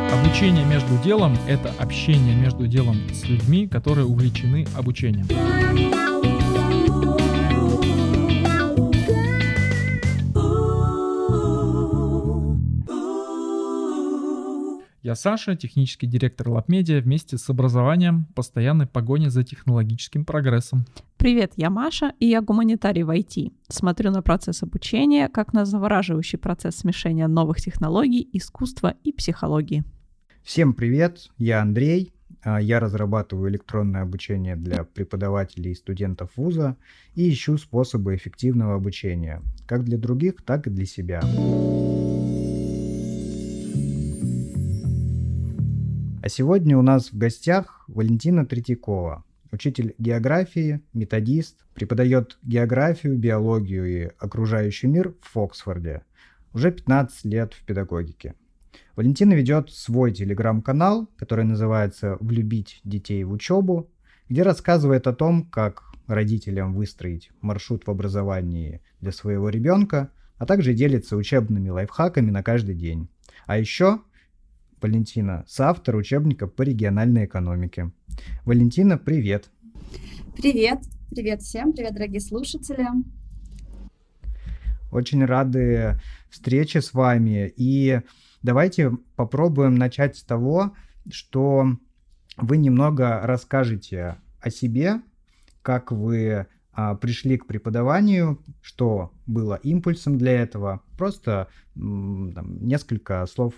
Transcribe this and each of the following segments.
Обучение между делом – это общение между делом с людьми, которые увлечены обучением. Я Саша, технический директор LabMedia, вместе с образованием в постоянной погоне за технологическим прогрессом. Привет, я Маша, и я гуманитарий в IT. Смотрю на процесс обучения как на завораживающий процесс смешения новых технологий, искусства и психологии. Всем привет, я Андрей. Я разрабатываю электронное обучение для преподавателей и студентов вуза и ищу способы эффективного обучения, как для других, так и для себя. А сегодня у нас в гостях Валентина Третьякова, учитель географии, методист, преподает географию, биологию и окружающий мир в Оксфорде. Уже 15 лет в педагогике. Валентина ведет свой телеграм-канал, который называется «Влюбить детей в учебу», где рассказывает о том, как родителям выстроить маршрут в образовании для своего ребенка, а также делится учебными лайфхаками на каждый день. А еще Валентина – соавтор учебника по региональной экономике. Валентина, привет! Привет! Привет всем! Привет, дорогие слушатели! Очень рады встрече с вами. И давайте попробуем начать с того, что вы немного расскажете о себе, как вы пришли к преподаванию, что было импульсом для этого. Просто несколько слов.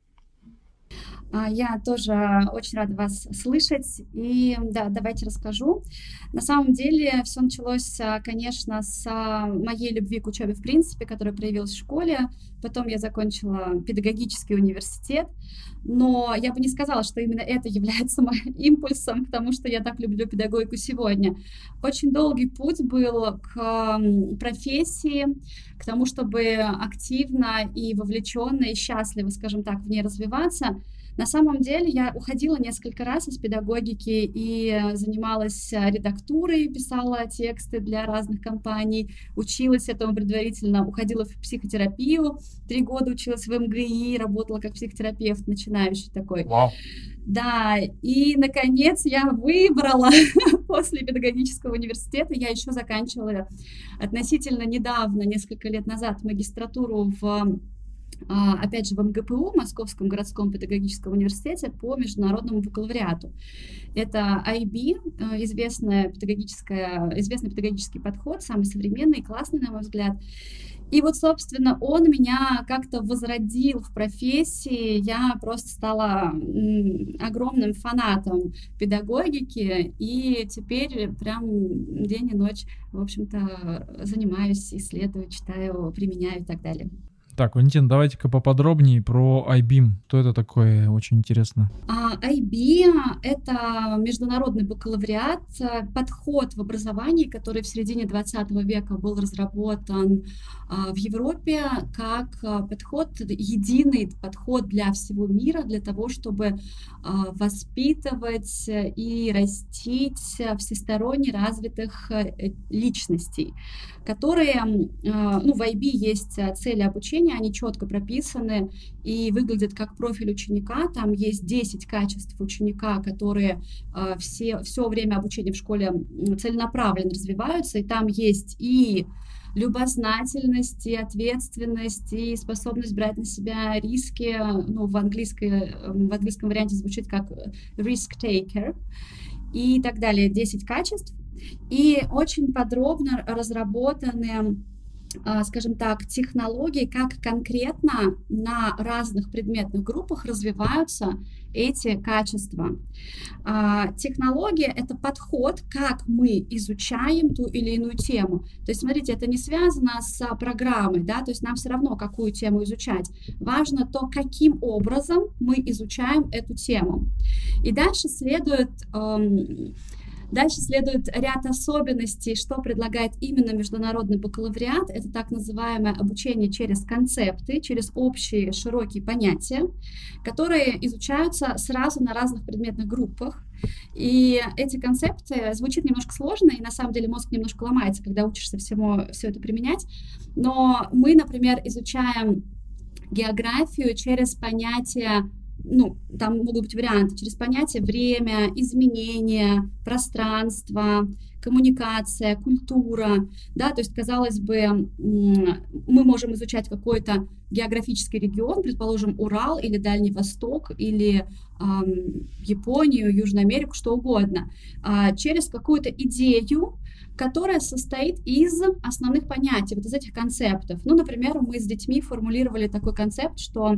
Я тоже очень рада вас слышать. И да, давайте расскажу. На самом деле все началось, конечно, с моей любви к учебе в принципе, которая проявилась в школе. Потом я закончила педагогический университет. Но я бы не сказала, что именно это является моим импульсом к тому, что я так люблю педагогику сегодня. Очень долгий путь был к профессии, к тому, чтобы активно и вовлеченно и счастливо, скажем так, в ней развиваться. На самом деле я уходила несколько раз из педагогики и занималась редактурой, писала тексты для разных компаний, училась этому предварительно, уходила в психотерапию, 3 года училась в МГИ, работала как психотерапевт, начинающий такой. Вау. Да, и, наконец, я выбрала после педагогического университета, я еще заканчивала относительно недавно, несколько лет назад, магистратуру опять же, в МГПУ, Московском городском педагогическом университете, по международному бакалавриату. Это IB, известный педагогический подход, самый современный и классный, на мой взгляд. И вот, собственно, он меня как-то возродил в профессии. Я просто стала огромным фанатом педагогики, и теперь прям день и ночь, в общем-то, занимаюсь, исследую, читаю, применяю и так далее. Так, Валентин, давайте-ка поподробнее про IB. Что это такое? Очень интересно. IB — это международный бакалавриат, подход в образовании, который в середине 20 века был разработан в Европе как единый подход для всего мира, для того, чтобы воспитывать и растить всесторонне развитых личностей, которые, в IB есть цели обучения, они четко прописаны и выглядят как профиль ученика. Там есть 10 качеств ученика, которые все время обучения в школе целенаправленно развиваются, и там есть и любознательность, и ответственность, и способность брать на себя риски. В английском варианте звучит как risk taker и так далее. 10 качеств. И очень подробно разработаны, скажем так, технологии, как конкретно на разных предметных группах развиваются эти качества. Технология — это подход, как мы изучаем ту или иную тему. То есть, смотрите, это не связано с программой, да, то есть нам все равно, какую тему изучать. Важно то, каким образом мы изучаем эту тему. И дальше следует ряд особенностей, что предлагает именно международный бакалавриат. Это так называемое обучение через концепты, через общие широкие понятия, которые изучаются сразу на разных предметных группах. И эти концепты звучат немножко сложно, и на самом деле мозг немножко ломается, когда учишься все это применять. Но мы, например, изучаем географию через понятие там могут быть варианты через понятие время, изменение, пространство, коммуникация, культура, да, то есть, казалось бы, мы можем изучать какой-то географический регион, предположим, Урал или Дальний Восток, или Японию, Южную Америку, что угодно, через какую-то идею, которая состоит из основных понятий, вот из этих концептов. Ну, например, мы с детьми формулировали такой концепт, что,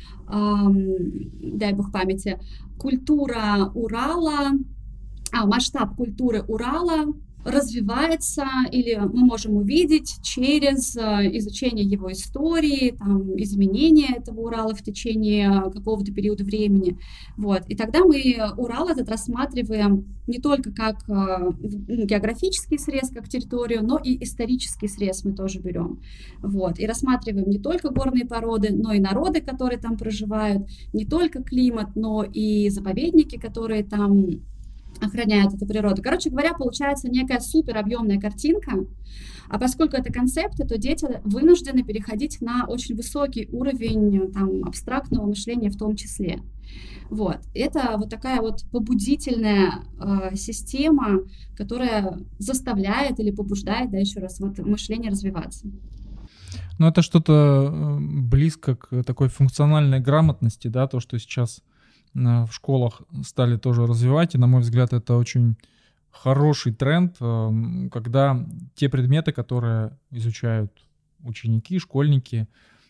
дай бог памяти, культура Урала, масштаб культуры Урала развивается, или мы можем увидеть через изучение его истории, там, изменения этого Урала в течение какого-то периода времени. Вот. И тогда мы Урал этот рассматриваем не только как географический срез, как территорию, но и исторический срез мы тоже берем. Вот. И рассматриваем не только горные породы, но и народы, которые там проживают, не только климат, но и заповедники, которые там охраняют эту природу. Короче говоря, получается некая супер объемная картинка, а поскольку это концепты, то дети вынуждены переходить на очень высокий уровень там, абстрактного мышления в том числе. Вот. Это вот такая вот побудительная система, которая заставляет или побуждает, да, еще раз, вот, мышление развиваться. Ну, это что-то близко к такой функциональной грамотности, да, то, что сейчас в школах стали тоже развивать, и, на мой взгляд, это очень хороший тренд, когда те предметы, которые изучают ученики, школьники,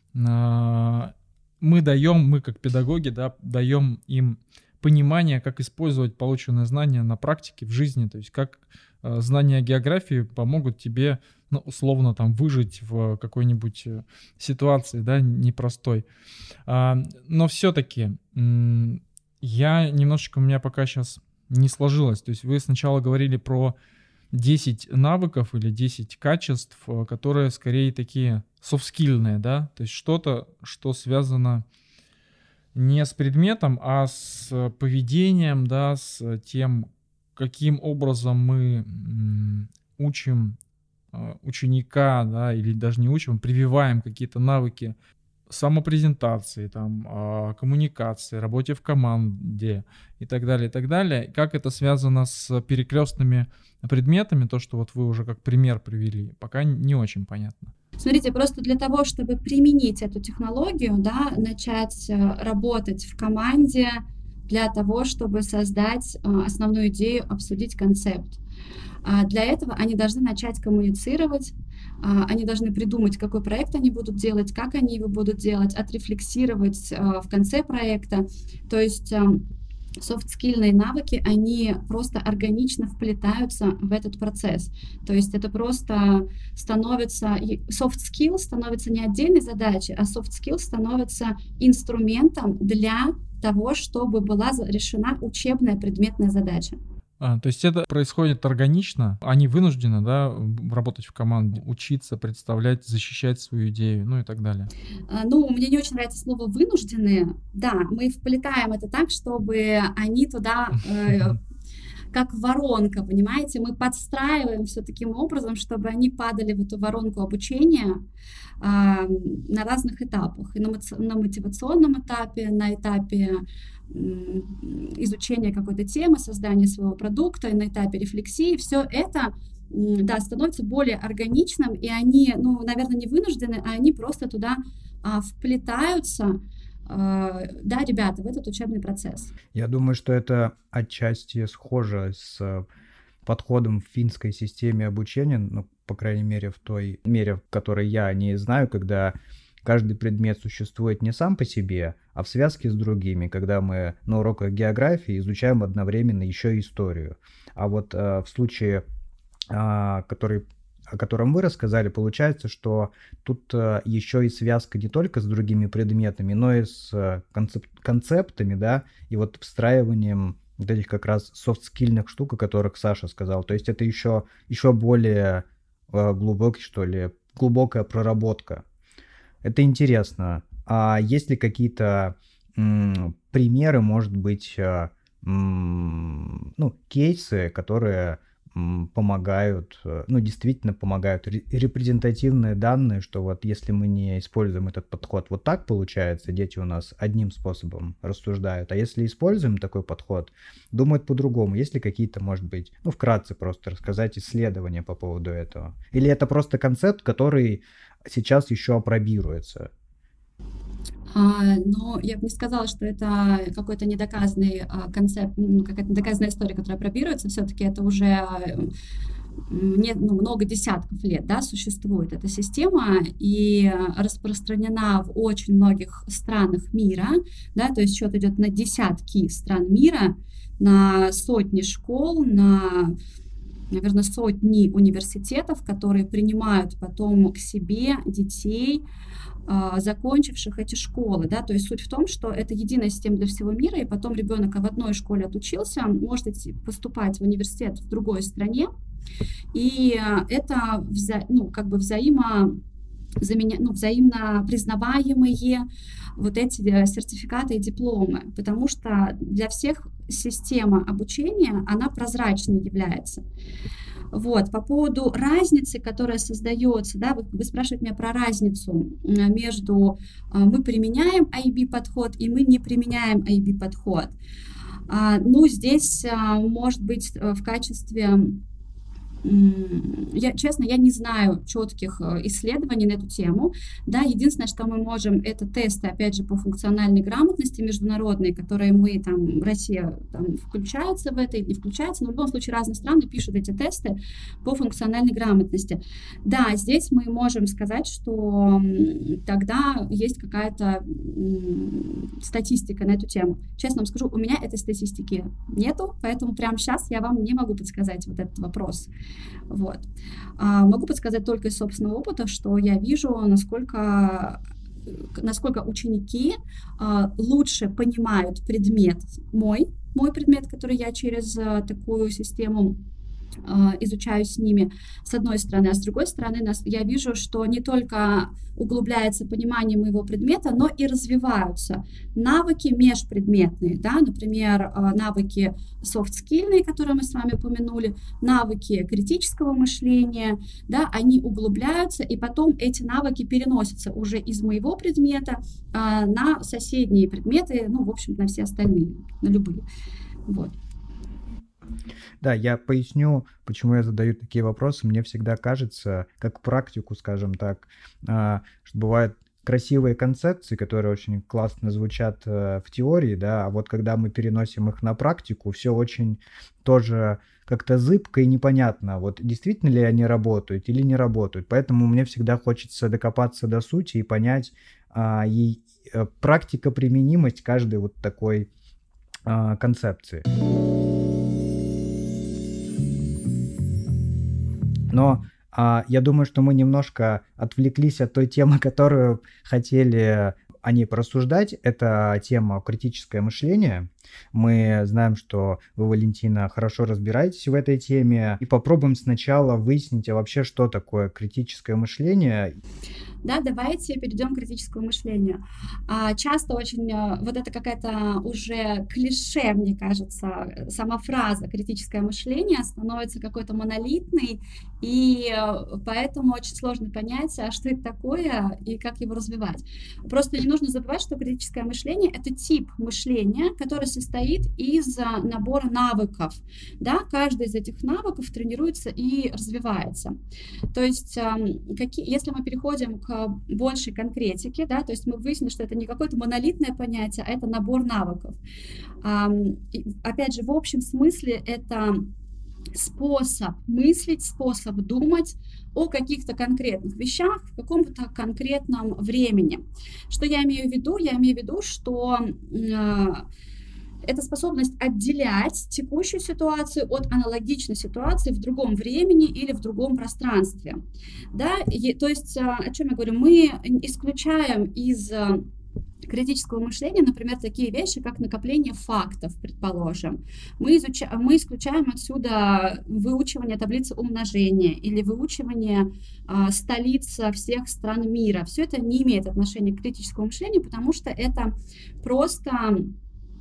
мы как педагоги, да, даем им понимание, как использовать полученные знания на практике в жизни, то есть как знания географии помогут тебе, ну, условно, там, выжить в какой-нибудь ситуации, да, непростой. Но все-таки у меня пока сейчас не сложилось. То есть вы сначала говорили про 10 навыков или 10 качеств, которые скорее такие софт-скилльные, да? То есть что-то, что связано не с предметом, а с поведением, да, с тем, каким образом мы учим ученика, да, или даже не учим, прививаем какие-то навыки самопрезентации, там, коммуникации, работе в команде и так далее, и так далее. Как это связано с перекрестными предметами, то, что вот вы уже как пример привели, пока не очень понятно. Смотрите, просто для того, чтобы применить эту технологию, да, начать работать в команде, для того, чтобы создать основную идею, обсудить концепт. Для этого они должны начать коммуницировать, они должны придумать, какой проект они будут делать, как они его будут делать, отрефлексировать в конце проекта. То есть софт-скилльные навыки, они просто органично вплетаются в этот процесс. То есть это просто становится... Soft-skill становится не отдельной задачей, а soft-skill становится инструментом для того, чтобы была решена учебная предметная задача. То есть это происходит органично, они вынуждены, да, работать в команде, учиться, представлять, защищать свою идею, ну и так далее. Мне не очень нравится слово «вынуждены». Да, мы вплетаем это так, чтобы они туда... как воронка, понимаете, мы подстраиваем все таким образом, чтобы они падали в эту воронку обучения на разных этапах. И на мотивационном этапе, на этапе изучения какой-то темы, создания своего продукта, и на этапе рефлексии. Все это, да, становится более органичным, и они, наверное, не вынуждены, а они просто туда вплетаются, да, ребята, в этот учебный процесс. Я думаю, что это отчасти схоже с подходом в финской системе обучения, по крайней мере, в той мере, в которой я не знаю, когда каждый предмет существует не сам по себе, а в связке с другими, когда мы на уроках географии изучаем одновременно еще и историю. А вот в случае, о котором вы рассказали, получается, что тут еще и связка не только с другими предметами, но и с концептами, да, и вот встраиванием вот этих как раз софт-скильных штук, о которых Саша сказал. То есть это еще более глубокий, что ли, глубокая проработка. Это интересно. А есть ли какие-то примеры, может быть, кейсы, которые помогают, ну, действительно помогают репрезентативные данные, что вот если мы не используем этот подход, вот так получается, дети у нас одним способом рассуждают, а если используем такой подход, думают по-другому. Есть ли какие-то, может быть, ну, вкратце просто рассказать исследования по поводу этого? Или это просто концепт, который сейчас еще апробируется? Но я бы не сказала, что это какой-то недоказанный концепт, какая-то недоказанная история, которая пробируется. Все-таки это уже много десятков лет, да, существует эта система и распространена в очень многих странах мира, да, то есть счет идет на десятки стран мира, на сотни школ, на, наверное, сотни университетов, которые принимают потом к себе детей, закончивших эти школы, да, то есть суть в том, что это единая система для всего мира, и потом ребенок в одной школе отучился, может идти поступать в университет в другой стране, и это взаимно признаваемые вот эти сертификаты и дипломы, потому что для всех система обучения, она прозрачной является. Вот, по поводу разницы, которая создается, да, вы спрашиваете меня про разницу между мы применяем IB-подход и мы не применяем IB-подход. Ну, здесь, может быть, в качестве... Я не знаю четких исследований на эту тему, да, единственное, что мы можем, это тесты, опять же, по функциональной грамотности международные, которые мы, там, Россия там, включается в это, не включается, но в любом случае разные страны пишут эти тесты по функциональной грамотности. Да, здесь мы можем сказать, что тогда есть какая-то статистика на эту тему. Честно вам скажу, у меня этой статистики нету, поэтому прямо сейчас я вам не могу подсказать вот этот вопрос. Вот. Могу подсказать только из собственного опыта, что я вижу, насколько ученики лучше понимают предмет, мой предмет, который я через такую систему изучаю с ними, с одной стороны, а с другой стороны я вижу, что не только углубляется понимание моего предмета, но и развиваются навыки межпредметные, да, например, навыки софт-скильные, которые мы с вами упомянули, навыки критического мышления, да, они углубляются, и потом эти навыки переносятся уже из моего предмета на соседние предметы, ну, в общем, на все остальные, на любые, вот. Да, я поясню, почему я задаю такие вопросы. Мне всегда кажется, как практику, скажем так, что бывают красивые концепции, которые очень классно звучат в теории, да, а вот когда мы переносим их на практику, все очень тоже как-то зыбко и непонятно, вот действительно ли они работают или не работают. Поэтому мне всегда хочется докопаться до сути и понять практико-применимость каждой вот такой концепции. Но я думаю, что мы немножко отвлеклись от той темы, которую хотели о ней порассуждать. Это тема критическое мышление. Мы знаем, что вы, Валентина, хорошо разбираетесь в этой теме. И попробуем сначала выяснить, а вообще, что такое критическое мышление. Да, давайте перейдем к критическому мышлению. Часто очень, вот это какая-то уже клише, мне кажется, сама фраза «критическое мышление» становится какой-то монолитной, и поэтому очень сложно понять, а что это такое и как его развивать. Просто не нужно забывать, что критическое мышление — это тип мышления, который состоит из набора навыков. Да? Каждый из этих навыков тренируется и развивается. То есть, если мы переходим к большей конкретике, да, то есть мы выяснили, что это не какое-то монолитное понятие, а это набор навыков. Опять же, в общем смысле это способ мыслить, способ думать о каких-то конкретных вещах в каком-то конкретном времени. Что я имею в виду? Я имею в виду, что это способность отделять текущую ситуацию от аналогичной ситуации в другом времени или в другом пространстве. Да? То есть, о чем я говорю, мы исключаем из критического мышления, например, такие вещи, как накопление фактов, предположим. Мы исключаем отсюда выучивание таблицы умножения или выучивание столиц всех стран мира. Все это не имеет отношения к критическому мышлению, потому что это просто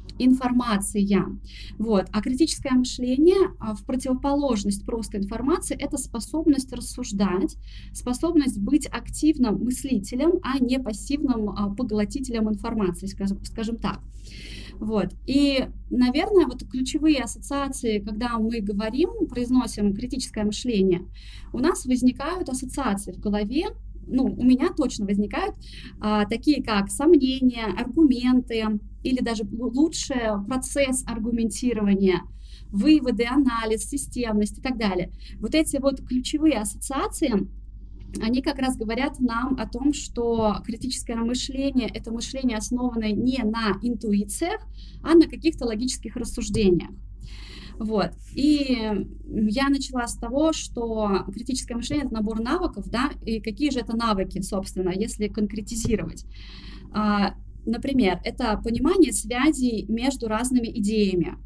информация. Вот. А критическое мышление в противоположность просто информации — это способность рассуждать, способность быть активным мыслителем, а не пассивным поглотителем информации, скажем так. Вот. И, наверное, вот ключевые ассоциации, когда мы говорим, произносим критическое мышление, у нас возникают ассоциации в голове, у меня точно возникают такие как сомнения, аргументы или даже лучше процесс аргументирования, выводы, анализ, системность и так далее. Вот эти вот ключевые ассоциации, они как раз говорят нам о том, что критическое мышление — это мышление, основанное не на интуициях, а на каких-то логических рассуждениях. Вот. И я начала с того, что критическое мышление — это набор навыков, да, и какие же это навыки, собственно, если конкретизировать. Например, это понимание связей между разными идеями.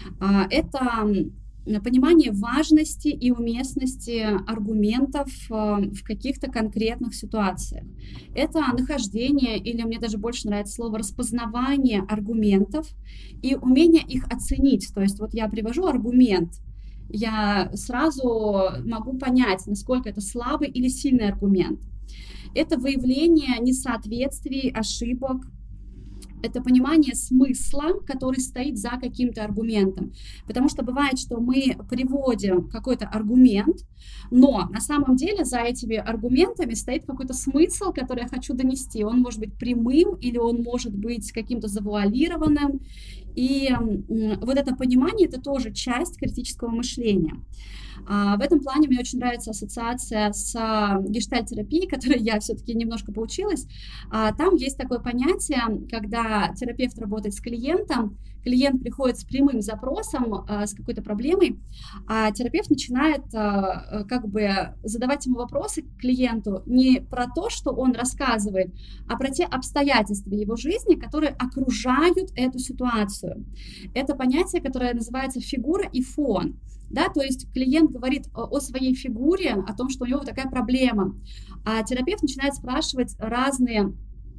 Это понимание важности и уместности аргументов в каких-то конкретных ситуациях. Это нахождение, или мне даже больше нравится слово распознавание аргументов и умение их оценить. То есть вот я привожу аргумент, я сразу могу понять, насколько это слабый или сильный аргумент. Это выявление несоответствий, ошибок. Это понимание смысла, который стоит за каким-то аргументом. Потому что бывает, что мы приводим какой-то аргумент, но на самом деле за этими аргументами стоит какой-то смысл, который я хочу донести. Он может быть прямым или он может быть каким-то завуалированным. И вот это понимание — это тоже часть критического мышления. В этом плане мне очень нравится ассоциация с гештальт-терапией, которой я все-таки немножко поучилась. Там есть такое понятие, когда терапевт работает с клиентом, клиент приходит с прямым запросом, с какой-то проблемой, а терапевт начинает как бы задавать ему вопросы к клиенту не про то, что он рассказывает, а про те обстоятельства его жизни, которые окружают эту ситуацию. Это понятие, которое называется фигура и фон. Да, то есть клиент говорит о своей фигуре, о том, что у него такая проблема, а терапевт начинает спрашивать разные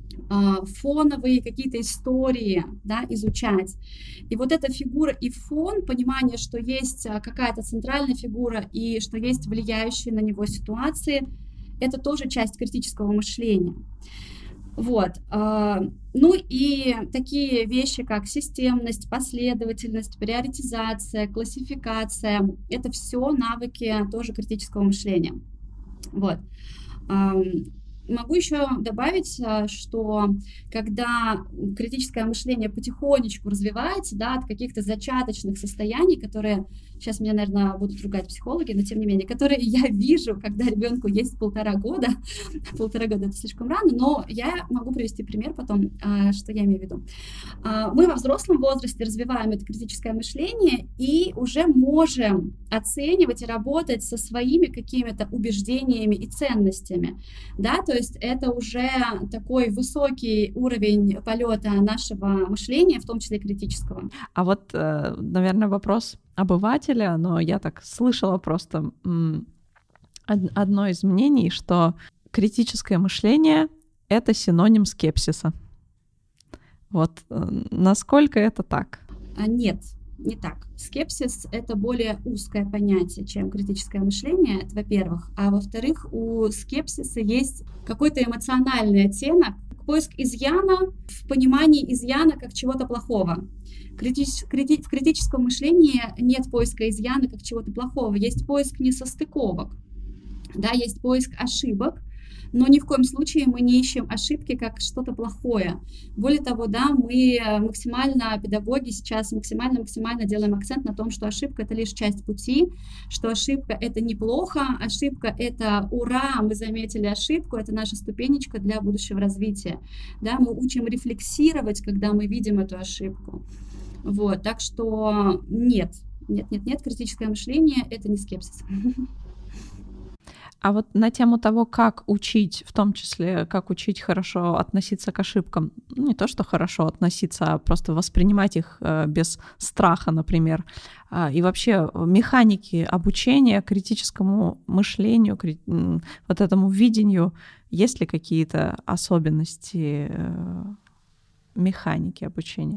фоновые какие-то истории, да, изучать. И вот эта фигура и фон, понимание, что есть какая-то центральная фигура и что есть влияющие на него ситуации, это тоже часть критического мышления. Вот. Ну и такие вещи, как системность, последовательность, приоритизация, классификация, это все навыки тоже критического мышления. Вот. Могу еще добавить, что когда критическое мышление потихонечку развивается, да, от каких-то зачаточных состояний, которые, сейчас меня, наверное, будут ругать психологи, но тем не менее, которые я вижу, когда ребенку есть 1,5 года, 1,5 года это слишком рано, но я могу привести пример потом, что я имею в виду. Мы во взрослом возрасте развиваем это критическое мышление и уже можем оценивать и работать со своими какими-то убеждениями и ценностями, да, то есть это уже такой высокий уровень полета нашего мышления, в том числе критического. А вот, наверное, вопрос обывателя, но я так слышала просто одно из мнений, что критическое мышление — это синоним скепсиса. Вот насколько это так? Нет. Не так. Скепсис — это более узкое понятие, чем критическое мышление, это во-первых. А во-вторых, у скепсиса есть какой-то эмоциональный оттенок, поиск изъяна в понимании изъяна как чего-то плохого. В критическом мышлении нет поиска изъяна как чего-то плохого, есть поиск несостыковок, да, есть поиск ошибок, но ни в коем случае мы не ищем ошибки как что-то плохое. Более того, да, мы максимально, педагоги сейчас максимально делаем акцент на том, что ошибка — это лишь часть пути, что ошибка — это неплохо, ошибка — это ура, мы заметили ошибку, это наша ступенечка для будущего развития. Да, мы учим рефлексировать, когда мы видим эту ошибку. Вот, так что нет, критическое мышление — это не скепсис. А вот на тему того, как учить, в том числе, как учить хорошо относиться к ошибкам, не то, что хорошо относиться, а просто воспринимать их без страха, например, и вообще механики обучения критическому мышлению, вот этому видению, есть ли какие-то особенности механики обучения?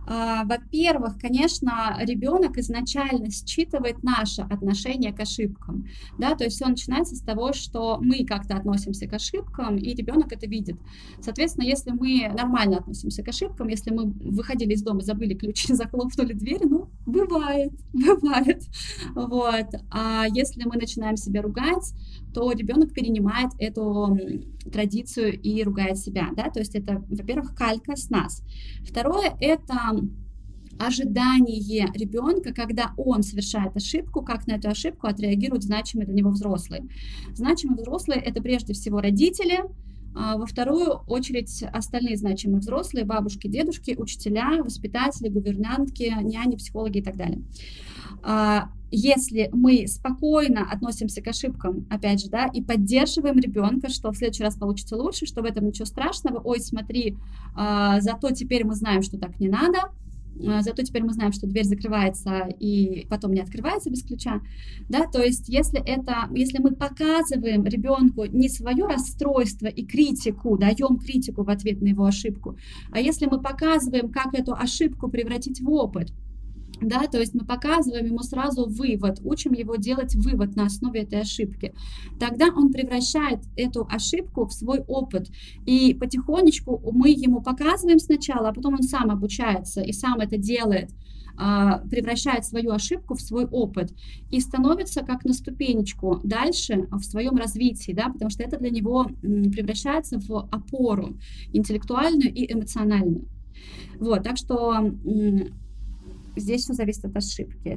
Во-первых, конечно, ребенок изначально считывает наше отношение к ошибкам, да, то есть все начинается с того, что мы как-то относимся к ошибкам, и ребенок это видит. Соответственно, если мы нормально относимся к ошибкам, если мы выходили из дома, забыли ключи, захлопнули дверь, ну, бывает, вот. А если мы начинаем себя ругать, то ребенок перенимает эту традицию и ругает себя, да, то есть это, во-первых, калька с нас. Второе — это ожидание ребенка, когда он совершает ошибку, как на эту ошибку отреагирует значимый для него взрослый. Значимый взрослый — это прежде всего родители, во вторую очередь остальные значимые взрослые, бабушки, дедушки, учителя, воспитатели, гувернантки, няни, психологи и так далее. Если мы спокойно относимся к ошибкам, опять же, да, и поддерживаем ребенка, что в следующий раз получится лучше, что в этом ничего страшного, ой, смотри, зато теперь мы знаем, что так не надо, зато теперь мы знаем, что дверь закрывается и потом не открывается без ключа, да, то есть если мы показываем ребенку не свое расстройство и критику, даем критику в ответ на его ошибку, а если мы показываем, как эту ошибку превратить в опыт, да, то есть мы показываем ему сразу вывод, учим его делать вывод на основе этой ошибки. Тогда он превращает эту ошибку в свой опыт. И потихонечку мы ему показываем сначала, а потом он сам обучается и сам это делает, превращает свою ошибку в свой опыт и становится как на ступенечку дальше в своем развитии, да, потому что это для него превращается в опору интеллектуальную и эмоциональную. Вот, так что здесь все зависит от ошибки,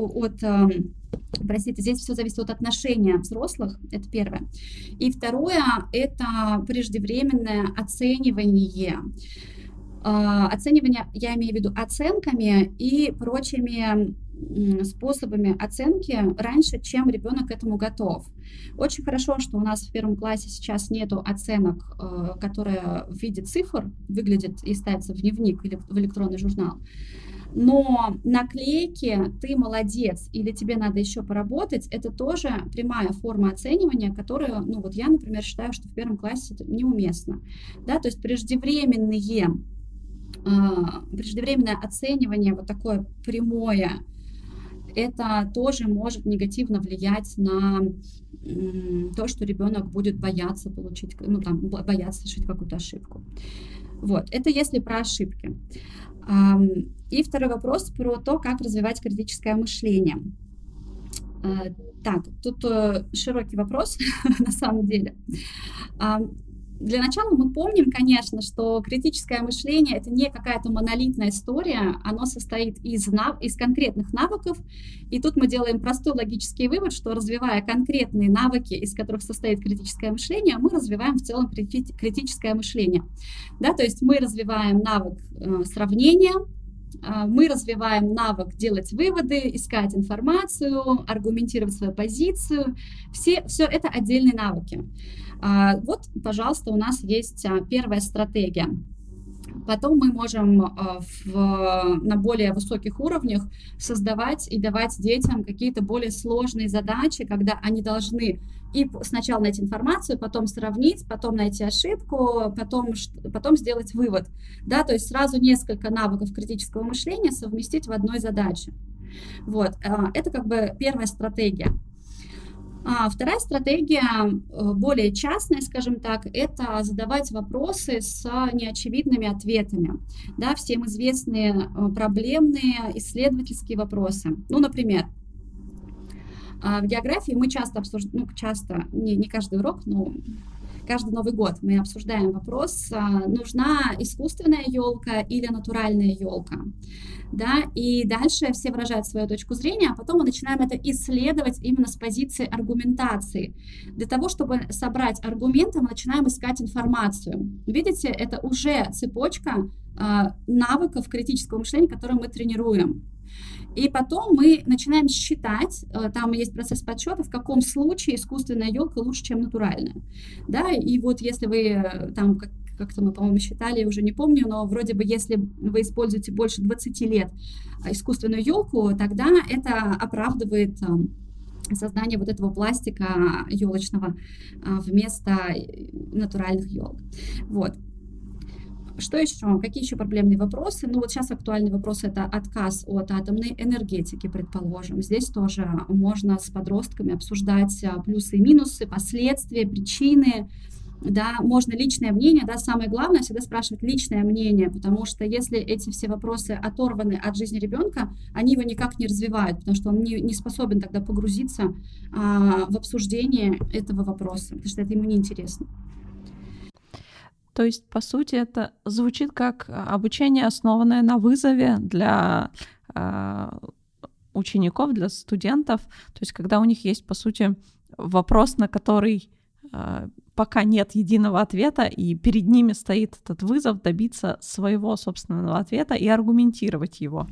здесь все зависит от отношения взрослых, это первое. И второе, это преждевременное оценивание. Оценивание, я имею в виду оценками и прочими способами оценки раньше, чем ребенок к этому готов. Очень хорошо, что у нас в первом классе сейчас нету оценок, которые в виде цифр выглядят и ставятся в дневник или в электронный журнал. Но наклейки «ты молодец» или «тебе надо еще поработать» — это тоже прямая форма оценивания, которую, ну вот я, например, считаю, что в первом классе это неуместно. Да? То есть преждевременное оценивание, вот такое прямое, это тоже может негативно влиять на то, что ребенок будет бояться бояться совершить какую-то ошибку. Вот, это если про ошибки. И второй вопрос про то, как развивать критическое мышление. Так, тут широкий вопрос на самом деле. Для начала мы помним, конечно, что критическое мышление — это не какая-то монолитная история, оно состоит из конкретных навыков, и тут мы делаем простой логический вывод, что развивая конкретные навыки, из которых состоит критическое мышление, мы развиваем в целом критическое мышление. Да, то есть мы развиваем навык сравнения, мы развиваем навык делать выводы, искать информацию, аргументировать свою позицию. Все это отдельные навыки. Вот, пожалуйста, у нас есть первая стратегия. Потом мы можем на более высоких уровнях создавать и давать детям какие-то более сложные задачи, когда они должны и сначала найти информацию, потом сравнить, потом найти ошибку, потом сделать вывод. Да, то есть сразу несколько навыков критического мышления совместить в одной задаче. Вот. Это как бы первая стратегия. Вторая стратегия, более частная, скажем так, это задавать вопросы с неочевидными ответами. Да, всем известные проблемные исследовательские вопросы. Ну, например, в географии мы часто обсуждаем, не каждый урок, но каждый Новый год мы обсуждаем вопрос, нужна искусственная елка или натуральная елка. Да, и дальше все выражают свою точку зрения, а потом мы начинаем это исследовать именно с позиции аргументации. Для того, чтобы собрать аргументы, мы начинаем искать информацию. Видите, это уже цепочка навыков критического мышления, которые мы тренируем. И потом мы начинаем считать, там есть процесс подсчета, в каком случае искусственная елка лучше, чем натуральная. Да, и вот если вы там как-то мы, по-моему, считали, уже не помню, но вроде бы если вы используете больше 20 лет искусственную елку, тогда это оправдывает создание вот этого пластика елочного вместо натуральных елок. Вот. Что еще? Какие еще проблемные вопросы? Ну вот сейчас актуальный вопрос — это отказ от атомной энергетики, предположим. Здесь тоже можно с подростками обсуждать плюсы и минусы, последствия, причины. Да, можно личное мнение, да, самое главное всегда спрашивать личное мнение, потому что если эти все вопросы оторваны от жизни ребенка, они его никак не развивают, потому что он не способен тогда погрузиться в обсуждение этого вопроса, потому что это ему неинтересно. То есть, по сути, это звучит как обучение, основанное на вызове для учеников, для студентов. То есть, когда у них есть, по сути, вопрос, на который пока нет единого ответа, и перед ними стоит этот вызов добиться своего собственного ответа и аргументировать его.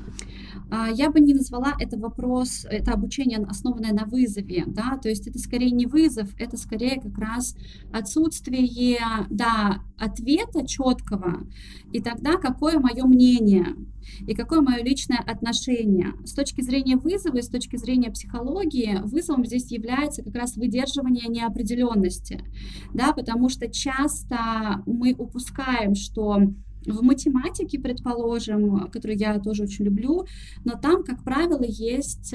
Я бы не назвала это обучение, основанное на вызове, да, то есть это скорее не вызов, это скорее как раз отсутствие, да, ответа четкого, и тогда какое мое мнение, и какое мое личное отношение. С точки зрения вызова и с точки зрения психологии, вызовом здесь является как раз выдерживание неопределенности, да, потому что часто мы упускаем, что в математике, предположим, которую я тоже очень люблю, но там, как правило, есть,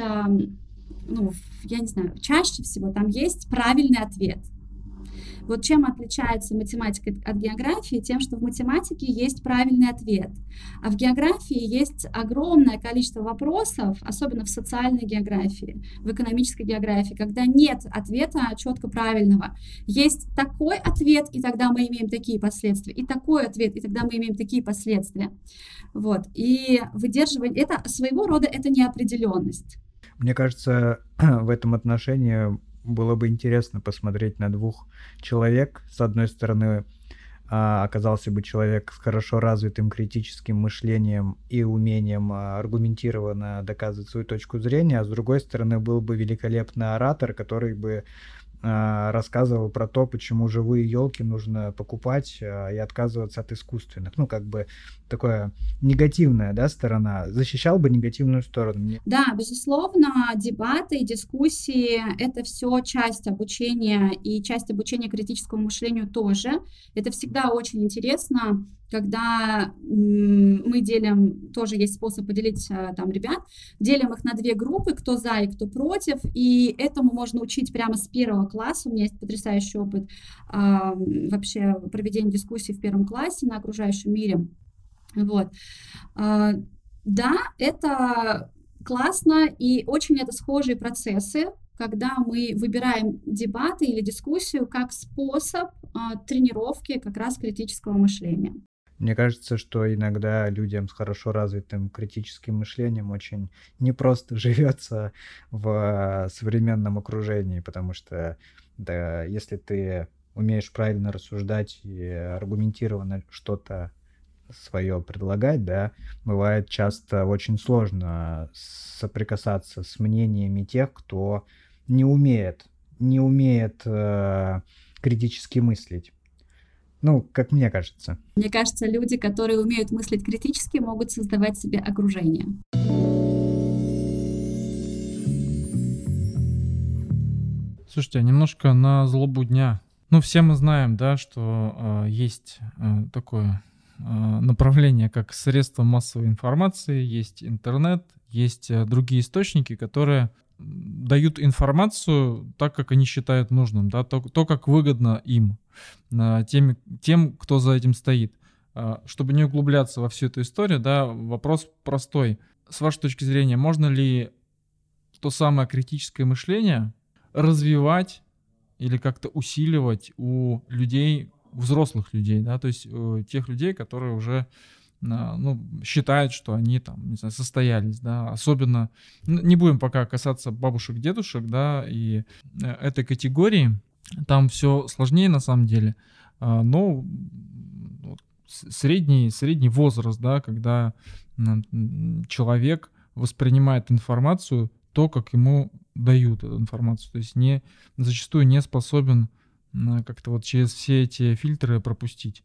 ну, я не знаю, чаще всего там есть правильный ответ. Вот чем отличается математика от географии? Тем, что в математике есть правильный ответ, а в географии есть огромное количество вопросов, особенно в социальной географии, в экономической географии, когда нет ответа четко правильного. Есть такой ответ, и тогда мы имеем такие последствия, и такой ответ, и тогда мы имеем такие последствия. Вот. И выдерживание, это своего рода это неопределенность. Мне кажется, в этом отношении было бы интересно посмотреть на двух человек. С одной стороны, оказался бы человек с хорошо развитым критическим мышлением и умением аргументированно доказывать свою точку зрения, а с другой стороны, был бы великолепный оратор, который бы рассказывал про то, почему живые елки нужно покупать и отказываться от искусственных. Ну, как бы такая негативная, да, сторона. Защищал бы негативную сторону. Да, безусловно, дебаты и дискуссии — это все часть обучения, и часть обучения критическому мышлению тоже. Это всегда очень интересно, когда мы делим, тоже есть способ поделить там ребят, делим их на две группы, кто за и кто против, и этому можно учить прямо с 1 класса. У меня есть потрясающий опыт вообще проведения дискуссий в 1 классе на окружающем мире. Вот. Да, это классно, и очень это схожие процессы, когда мы выбираем дебаты или дискуссию как способ тренировки как раз критического мышления. Мне кажется, что иногда людям с хорошо развитым критическим мышлением очень непросто живется в современном окружении, потому что да, если ты умеешь правильно рассуждать и аргументированно что-то свое предлагать, да, бывает часто очень сложно соприкасаться с мнениями тех, кто не умеет критически мыслить. Ну, как мне кажется. Мне кажется, люди, которые умеют мыслить критически, могут создавать себе окружение. Слушайте, а немножко на злобу дня. Ну, все мы знаем, да, что есть такое направление, как средства массовой информации, есть интернет, есть другие источники, которые дают информацию так, как они считают нужным, да, то как выгодно им, тем, кто за этим стоит. Чтобы не углубляться во всю эту историю, да, вопрос простой. С вашей точки зрения, можно ли то самое критическое мышление развивать или как-то усиливать у людей, взрослых людей, да, то есть тех людей, которые уже считают, что они там, не знаю, состоялись, да, особенно, не будем пока касаться бабушек, дедушек, да, и этой категории, там все сложнее на самом деле, но средний возраст, да, когда человек воспринимает информацию, то, как ему дают эту информацию, то есть зачастую не способен как-то вот через все эти фильтры пропустить.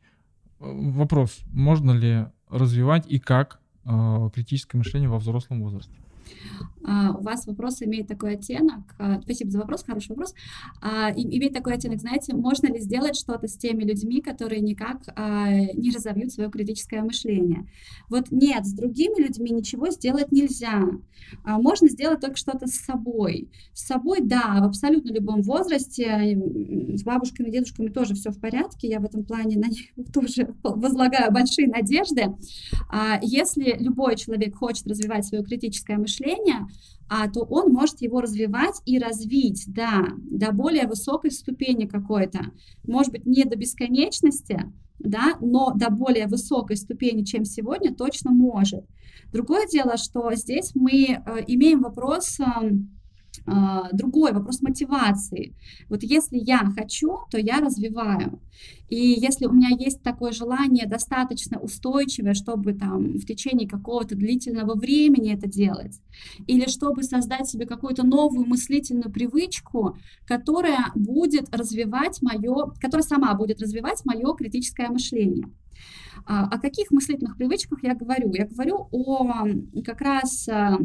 Вопрос, можно ли развивать и как критическое мышление во взрослом возрасте? У вас вопрос имеет такой оттенок, спасибо за вопрос, хороший вопрос, имеет такой оттенок, знаете, можно ли сделать что-то с теми людьми, которые никак не разовьют свое критическое мышление? Вот нет, с другими людьми ничего сделать нельзя. Можно сделать только что-то с собой. С собой, да, в абсолютно любом возрасте, с бабушками, дедушками тоже все в порядке, я в этом плане на них тоже возлагаю большие надежды. Если любой человек хочет развивать свое критическое мышление, то он может его развивать и развить, да, до более высокой ступени какой-то. Может быть, не до бесконечности, да, но до более высокой ступени, чем сегодня, точно может. Другое дело, что здесь мы имеем вопрос... другой вопрос мотивации. Вот если я хочу, то я развиваю. И если у меня есть такое желание достаточно устойчивое, чтобы там в течение какого-то длительного времени это делать, или чтобы создать себе какую-то новую мыслительную привычку, которая будет развивать которая сама будет развивать мое критическое мышление. О каких мыслительных привычках я говорю? Я говорю о как раз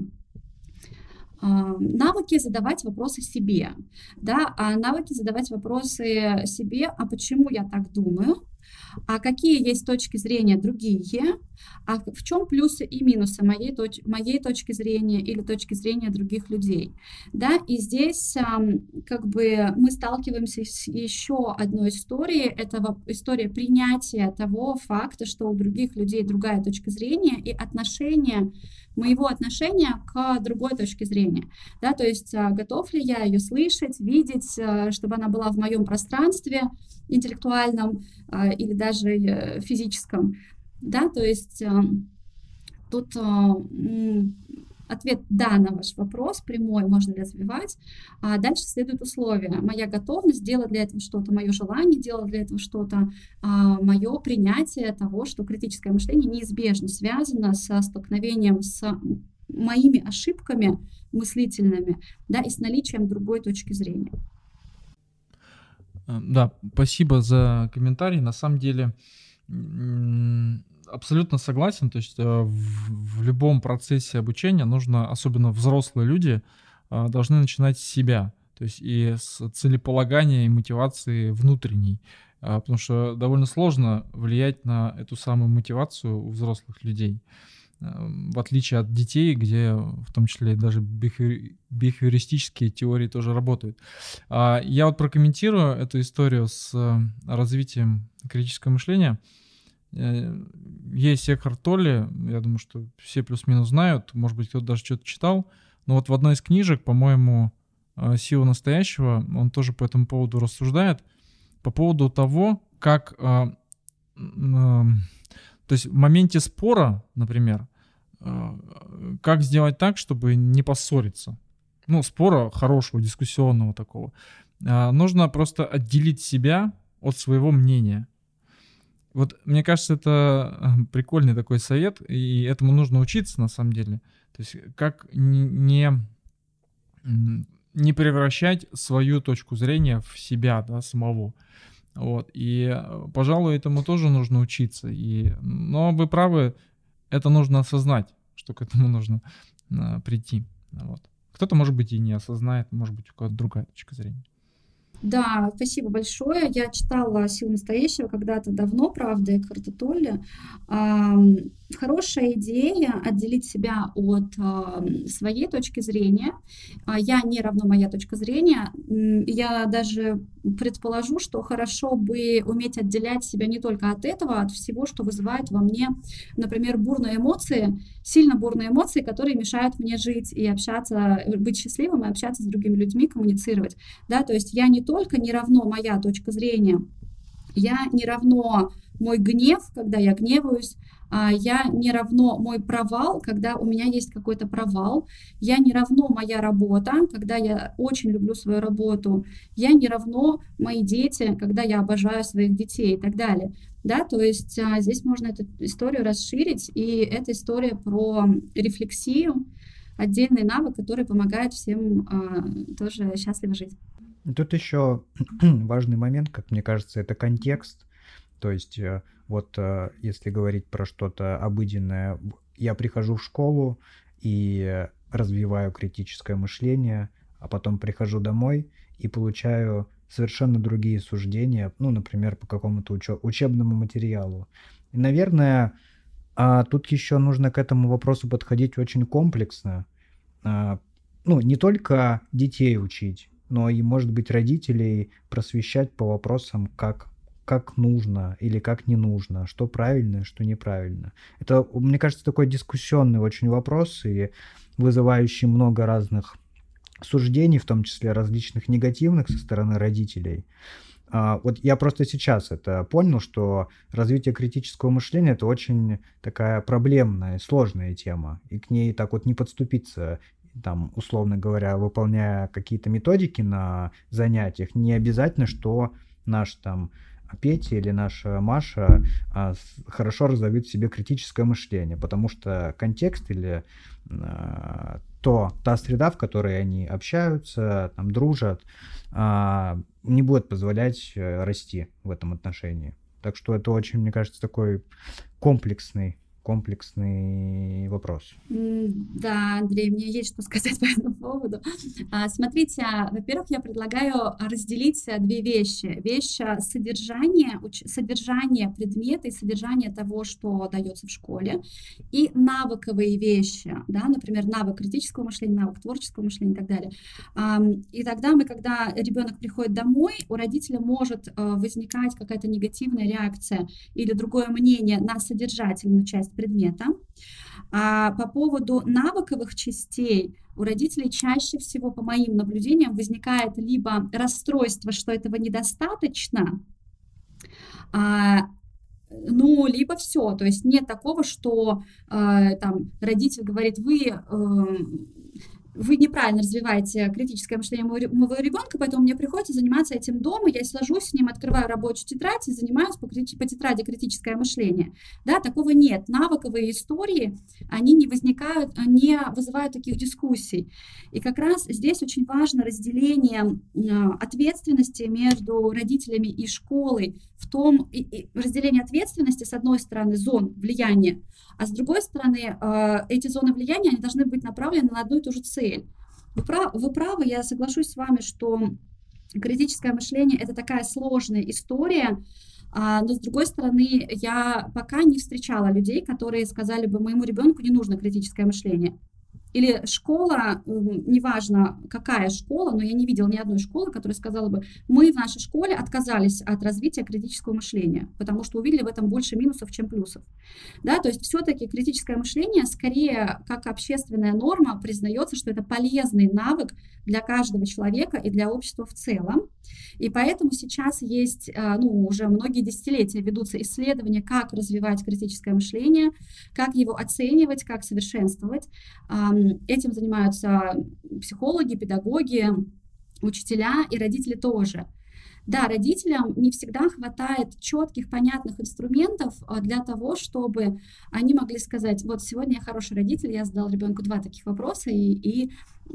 навыки задавать вопросы себе, да, навыки задавать вопросы себе, а почему я так думаю, а какие есть точки зрения другие, а в чем плюсы и минусы моей точки зрения или точки зрения других людей, да, и здесь как бы мы сталкиваемся с еще одной историей, это история принятия того факта, что у других людей другая точка зрения и моего отношения к другой точке зрения, да, то есть готов ли я ее слышать, видеть, чтобы она была в моем пространстве интеллектуальном или даже физическом, да, то есть тут ответ «да» на ваш вопрос, прямой, можно ли развивать, а дальше следуют условия. Моя готовность делать для этого что-то, мое желание делать для этого что-то, мое принятие того, что критическое мышление неизбежно связано со столкновением с моими ошибками мыслительными, да, и с наличием другой точки зрения. Да, спасибо за комментарий. На самом деле абсолютно согласен. То есть в любом процессе обучения нужно, особенно взрослые люди, должны начинать с себя. То есть и с целеполагания и мотивации внутренней. Потому что довольно сложно влиять на эту самую мотивацию у взрослых людей. В отличие от детей, где в том числе даже бихевиористические теории тоже работают. Я вот прокомментирую эту историю с развитием критического мышления. Есть Экхарт Толле, я думаю, что все плюс-минус знают, может быть, кто-то даже что-то читал, но вот в одной из книжек, по-моему, «Сила настоящего», он тоже по этому поводу рассуждает, по поводу того, как... То есть в моменте спора, например, как сделать так, чтобы не поссориться? Ну, спора хорошего, дискуссионного такого. Нужно просто отделить себя от своего мнения. Вот мне кажется, это прикольный такой совет, и этому нужно учиться на самом деле. То есть как не превращать свою точку зрения в себя, да, самого. Вот. И, пожалуй, этому тоже нужно учиться. Но вы правы, это нужно осознать, что к этому нужно прийти. Вот. Кто-то, может быть, и не осознает, может быть, у кого-то другая точка зрения. Да, спасибо большое. Я читала «Силу настоящего» когда-то давно, правда, Экхарта Толле. Хорошая идея отделить себя от своей точки зрения. Я не равно моя точка зрения. Я даже предположу, что хорошо бы уметь отделять себя не только от этого, а от всего, что вызывает во мне, например, бурные эмоции, сильно бурные эмоции, которые мешают мне жить и общаться, быть счастливым и общаться с другими людьми, коммуницировать. Да, то есть я не только не равно моя точка зрения, я не равно мой гнев, когда я гневаюсь, я не равно мой провал, когда у меня есть какой-то провал, я не равно моя работа, когда я очень люблю свою работу, я не равно мои дети, когда я обожаю своих детей и так далее. Да, то есть здесь можно эту историю расширить, и это история про рефлексию, отдельный навык, который помогает всем тоже счастливо жить. Тут еще важный момент, как мне кажется, это контекст. То есть вот если говорить про что-то обыденное, я прихожу в школу, и развиваю критическое мышление, а потом прихожу домой и получаю совершенно другие суждения, ну, например, по какому-то учебному материалу. И, наверное, тут еще нужно к этому вопросу подходить очень комплексно. Ну, не только детей учить, но и, может быть, родителей просвещать по вопросам, как нужно или как не нужно, что правильно, что неправильно. Это, мне кажется, такой дискуссионный очень вопрос и вызывающий много разных суждений, в том числе различных негативных со стороны родителей. Вот я просто сейчас это понял, что развитие критического мышления — это очень такая проблемная, сложная тема, и к ней так вот не подступиться, там, условно говоря, выполняя какие-то методики на занятиях. Не обязательно, что наш там Петя или наша Маша хорошо разовьют в себе критическое мышление, потому что контекст или та среда, в которой они общаются, там, дружат, не будет позволять расти в этом отношении. Так что это очень, мне кажется, такой комплексный вопрос. Да, Андрей, мне есть что сказать по этому поводу. Смотрите, во-первых, я предлагаю разделить две вещи. Вещь содержание предмета и содержание того, что дается в школе, и навыковые вещи, да, например, навык критического мышления, навык творческого мышления и так далее. И тогда когда ребенок приходит домой, у родителя может возникать какая-то негативная реакция или другое мнение на содержательную часть предмета. А по поводу навыковых частей у родителей чаще всего, по моим наблюдениям, возникает либо расстройство, что этого недостаточно, либо все, то есть нет такого, что там родитель говорит, вы неправильно развиваете критическое мышление моего ребенка, поэтому мне приходится заниматься этим дома, я сажусь с ним, открываю рабочую тетрадь и занимаюсь по тетради критическое мышление. Да, такого нет. Навыковые истории, они не вызывают таких дискуссий. И как раз здесь очень важно разделение ответственности между родителями и школой, разделение ответственности, с одной стороны, зон влияния, а с другой стороны, эти зоны влияния, они должны быть направлены на одну и ту же цель. Вы правы, я соглашусь с вами, что критическое мышление — это такая сложная история, но с другой стороны, я пока не встречала людей, которые сказали бы, моему ребенку не нужно критическое мышление. Или школа, неважно какая школа, но я не видела ни одной школы, которая сказала бы, мы в нашей школе отказались от развития критического мышления, потому что увидели в этом больше минусов, чем плюсов. Да, то есть все-таки критическое мышление скорее как общественная норма признается, что это полезный навык для каждого человека и для общества в целом. И поэтому сейчас есть, уже многие десятилетия ведутся исследования, как развивать критическое мышление, как его оценивать, как совершенствовать. Этим занимаются психологи, педагоги, учителя и родители тоже. Да, родителям не всегда хватает четких, понятных инструментов для того, чтобы они могли сказать, вот сегодня я хороший родитель, я задал ребенку 2 таких вопроса, и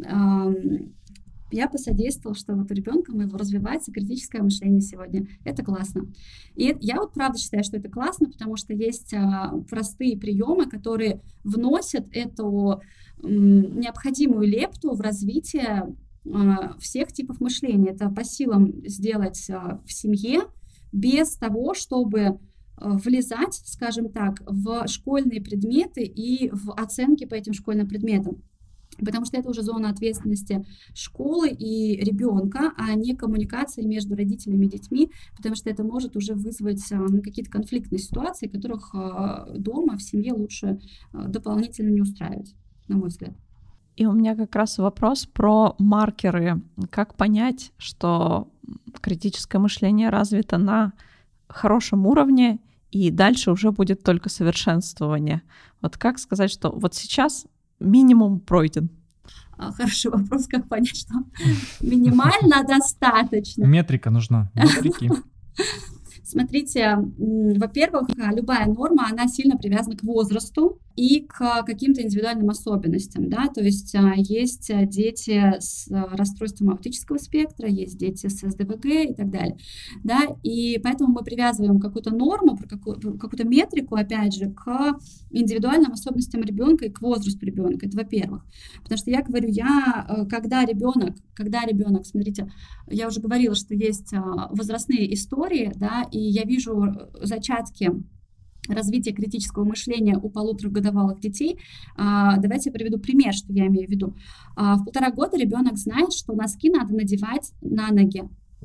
я посодействовал, что вот у ребенка моего развивается критическое мышление сегодня. Это классно. И я вот правда считаю, что это классно, потому что есть простые приемы, которые вносят эту необходимую лепту в развитие всех типов мышления. Это по силам сделать в семье без того, чтобы влезать, скажем так, в школьные предметы и в оценки по этим школьным предметам. Потому что это уже зона ответственности школы и ребенка, а не коммуникации между родителями и детьми, потому что это может уже вызвать какие-то конфликтные ситуации, которых дома, в семье лучше дополнительно не устраивать, на мой взгляд. И у меня как раз вопрос про маркеры. Как понять, что критическое мышление развито на хорошем уровне, и дальше уже будет только совершенствование? Вот как сказать, что вот сейчас минимум пройден? Хороший вопрос, как понять, что минимально достаточно. Метрика нужна, метрики. Смотрите, во-первых, любая норма, она сильно привязана к возрасту и к каким-то индивидуальным особенностям, да, то есть есть дети с расстройством аутического спектра, есть дети с СДВГ и так далее, да, и поэтому мы привязываем какую-то норму, какую-то метрику, опять же, к индивидуальным особенностям ребенка и к возрасту ребенка, это во-первых, потому что я говорю, когда ребенок, смотрите, я уже говорила, что есть возрастные истории, да, и я вижу зачатки развития критического мышления у 1,5-годовалых детей. Давайте я приведу пример, что я имею в виду. В 1,5 года ребенок знает, что носки надо надевать на ноги,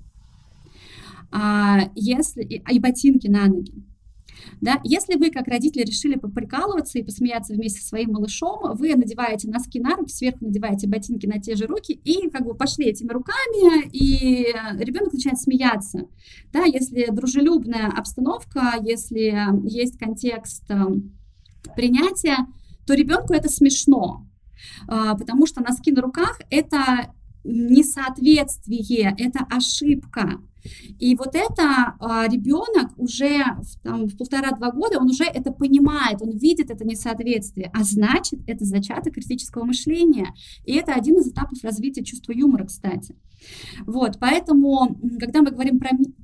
и ботинки на ноги. Да? Если вы, как родители, решили поприкалываться и посмеяться вместе со своим малышом, вы надеваете носки на руки, сверху надеваете ботинки на те же руки и как бы пошли этими руками, и ребенок начинает смеяться. Да? Если дружелюбная обстановка, если есть контекст принятия, то ребенку это смешно, потому что носки на руках — это несоответствие, это ошибка. И вот это ребенок уже в 1,5-2 года, он уже это понимает, он видит это несоответствие, а значит, это зачаток критического мышления. И это один из этапов развития чувства юмора, кстати. Вот, поэтому, когда мы говорим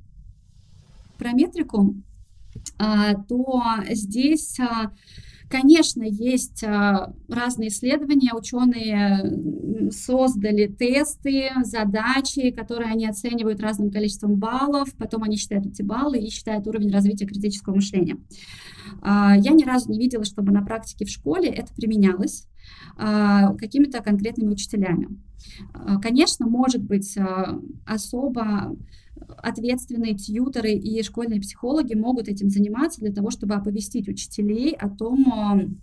про метрику, то здесь... Конечно, есть разные исследования, ученые создали тесты, задачи, которые они оценивают разным количеством баллов, потом они считают эти баллы и считают уровень развития критического мышления. Я ни разу не видела, чтобы на практике в школе это применялось какими-то конкретными учителями. Конечно, может быть, особо ответственные тьюторы и школьные психологи могут этим заниматься для того, чтобы оповестить учителей о том,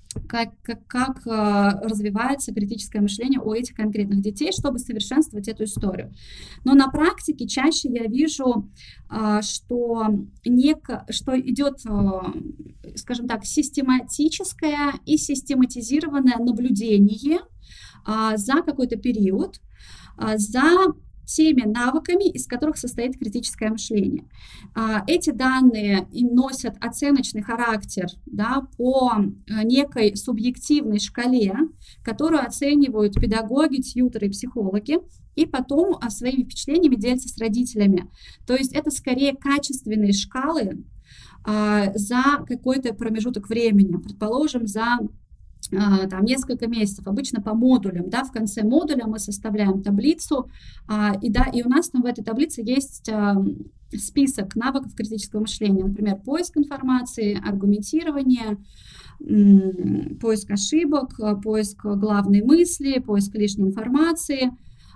как развивается критическое мышление у этих конкретных детей, чтобы совершенствовать эту историю. Но на практике чаще я вижу, что идет, скажем так, систематическое и систематизированное наблюдение за какой-то период, за теми навыками, из которых состоит критическое мышление. Эти данные носят оценочный характер, да, по некой субъективной шкале, которую оценивают педагоги, тьюторы и психологи, и потом своими впечатлениями делятся с родителями. То есть это скорее качественные шкалы за какой-то промежуток времени, предположим, за несколько месяцев, обычно по модулям, да, в конце модуля мы составляем таблицу, и у нас там в этой таблице есть список навыков критического мышления, например, поиск информации, аргументирование, поиск ошибок, поиск главной мысли, поиск лишней информации.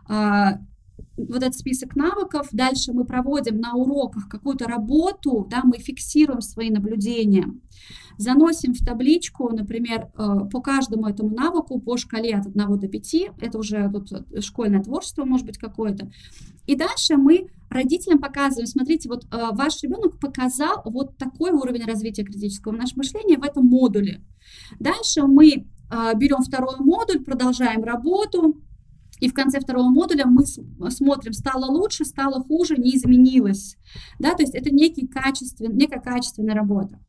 Вот этот список навыков, дальше мы проводим на уроках какую-то работу, да, мы фиксируем свои наблюдения, заносим в табличку, например, по каждому этому навыку по шкале от 1 до 5, это уже тут школьное творчество может быть какое-то, и дальше мы родителям показываем, смотрите, вот ваш ребенок показал вот такой уровень развития критического мышления в этом модуле. Дальше мы берем 2 модуль, продолжаем работу, и в конце 2 модуля мы смотрим, стало лучше, стало хуже, не изменилось. Да, то есть это некая качественная работа.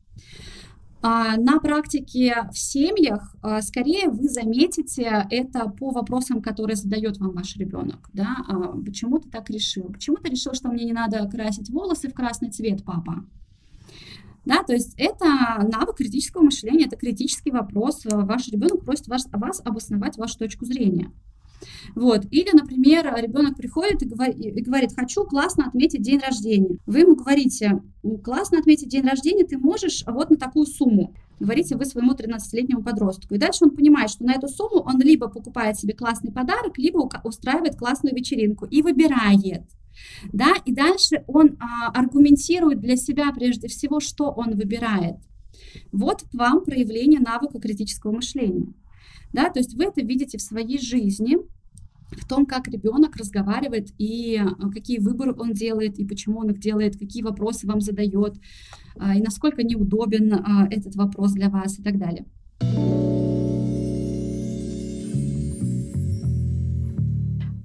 На практике в семьях скорее вы заметите это по вопросам, которые задает вам ваш ребенок. Да? Почему ты так решил? Почему ты решил, что мне не надо красить волосы в красный цвет, папа? Да, то есть это навык критического мышления, это критический вопрос. Ваш ребенок просит вас обосновать вашу точку зрения. Вот. Или, например, ребенок приходит и говорит: хочу классно отметить день рождения. Вы ему говорите: классно отметить день рождения ты можешь вот на такую сумму. Говорите вы своему 13-летнему подростку. И дальше он понимает, что на эту сумму он либо покупает себе классный подарок, либо устраивает классную вечеринку и выбирает. Да? И дальше он аргументирует для себя прежде всего, что он выбирает. Вот вам проявление навыка критического мышления. Да, то есть вы это видите в своей жизни, в том, как ребенок разговаривает и какие выборы он делает, и почему он их делает, какие вопросы вам задает, и насколько неудобен этот вопрос для вас и так далее.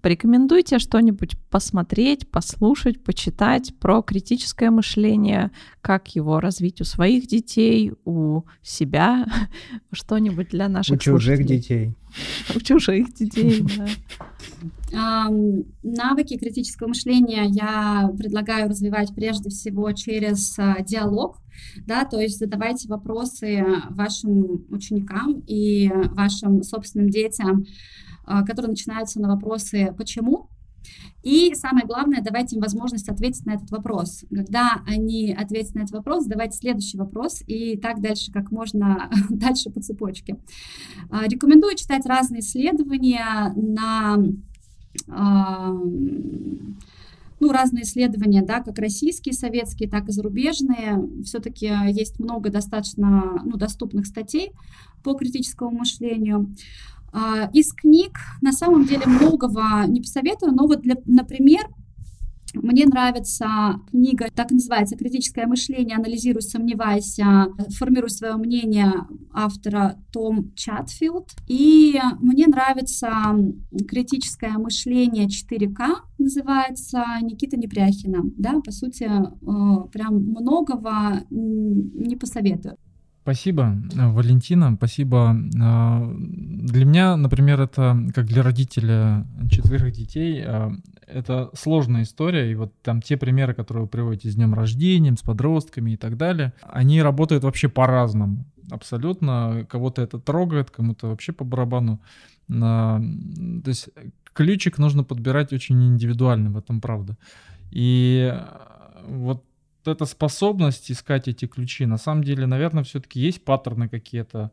Порекомендуйте что-нибудь посмотреть, послушать, почитать про критическое мышление, как его развить у своих детей, у себя, что-нибудь для наших чужих слушателей. детей. У чужих детей, да. Навыки критического мышления я предлагаю развивать прежде всего через диалог, да, то есть задавайте вопросы вашим ученикам и вашим собственным детям, которые начинаются на вопросы «почему?». И самое главное, давайте им возможность ответить на этот вопрос. Когда они ответят на этот вопрос, давайте следующий вопрос, и так дальше, как можно дальше по цепочке. Рекомендую читать разные исследования на... разные исследования, да, как российские, советские, так и зарубежные. Все-таки есть много достаточно доступных статей по критическому мышлению. Из книг на самом деле многого не посоветую, но вот, например, мне нравится книга, так и называется «Критическое мышление. Анализируй, сомневайся, формируй свое мнение» автора Том Чатфилд. И мне нравится «Критическое мышление 4К» называется, Никиты Непряхина. Да, по сути, прям многого не посоветую. Спасибо, Валентина, спасибо. Для меня, например, это, как для родителя 4 детей, это сложная история, и вот там те примеры, которые вы приводите с днем рождения, с подростками и так далее, они работают вообще по-разному, абсолютно. Кого-то это трогает, кому-то вообще по барабану. То есть ключик нужно подбирать очень индивидуально, в этом правда. И вот эта способность искать эти ключи, на самом деле, наверное, все-таки есть паттерны какие-то,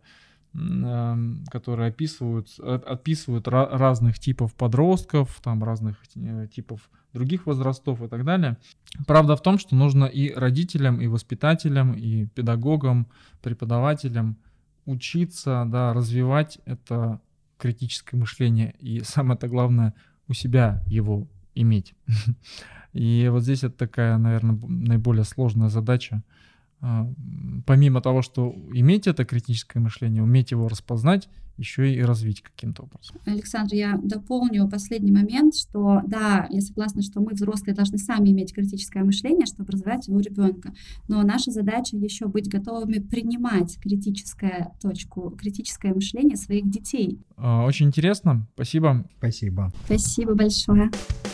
которые описывают разных типов подростков, там разных типов других возрастов и так далее. Правда в том, что нужно и родителям, и воспитателям, и педагогам, преподавателям учиться, да, развивать это критическое мышление, и самое-то главное, у себя его иметь. И вот здесь это такая, наверное, наиболее сложная задача. Помимо того, что иметь это критическое мышление, уметь его распознать, еще и развить каким-то образом. Александр, я дополню последний момент, что да, я согласна, что мы, взрослые, должны сами иметь критическое мышление, чтобы развивать его у ребенка. Но наша задача еще быть готовыми принимать критическое мышление своих детей. Очень интересно. Спасибо. Спасибо. Спасибо большое.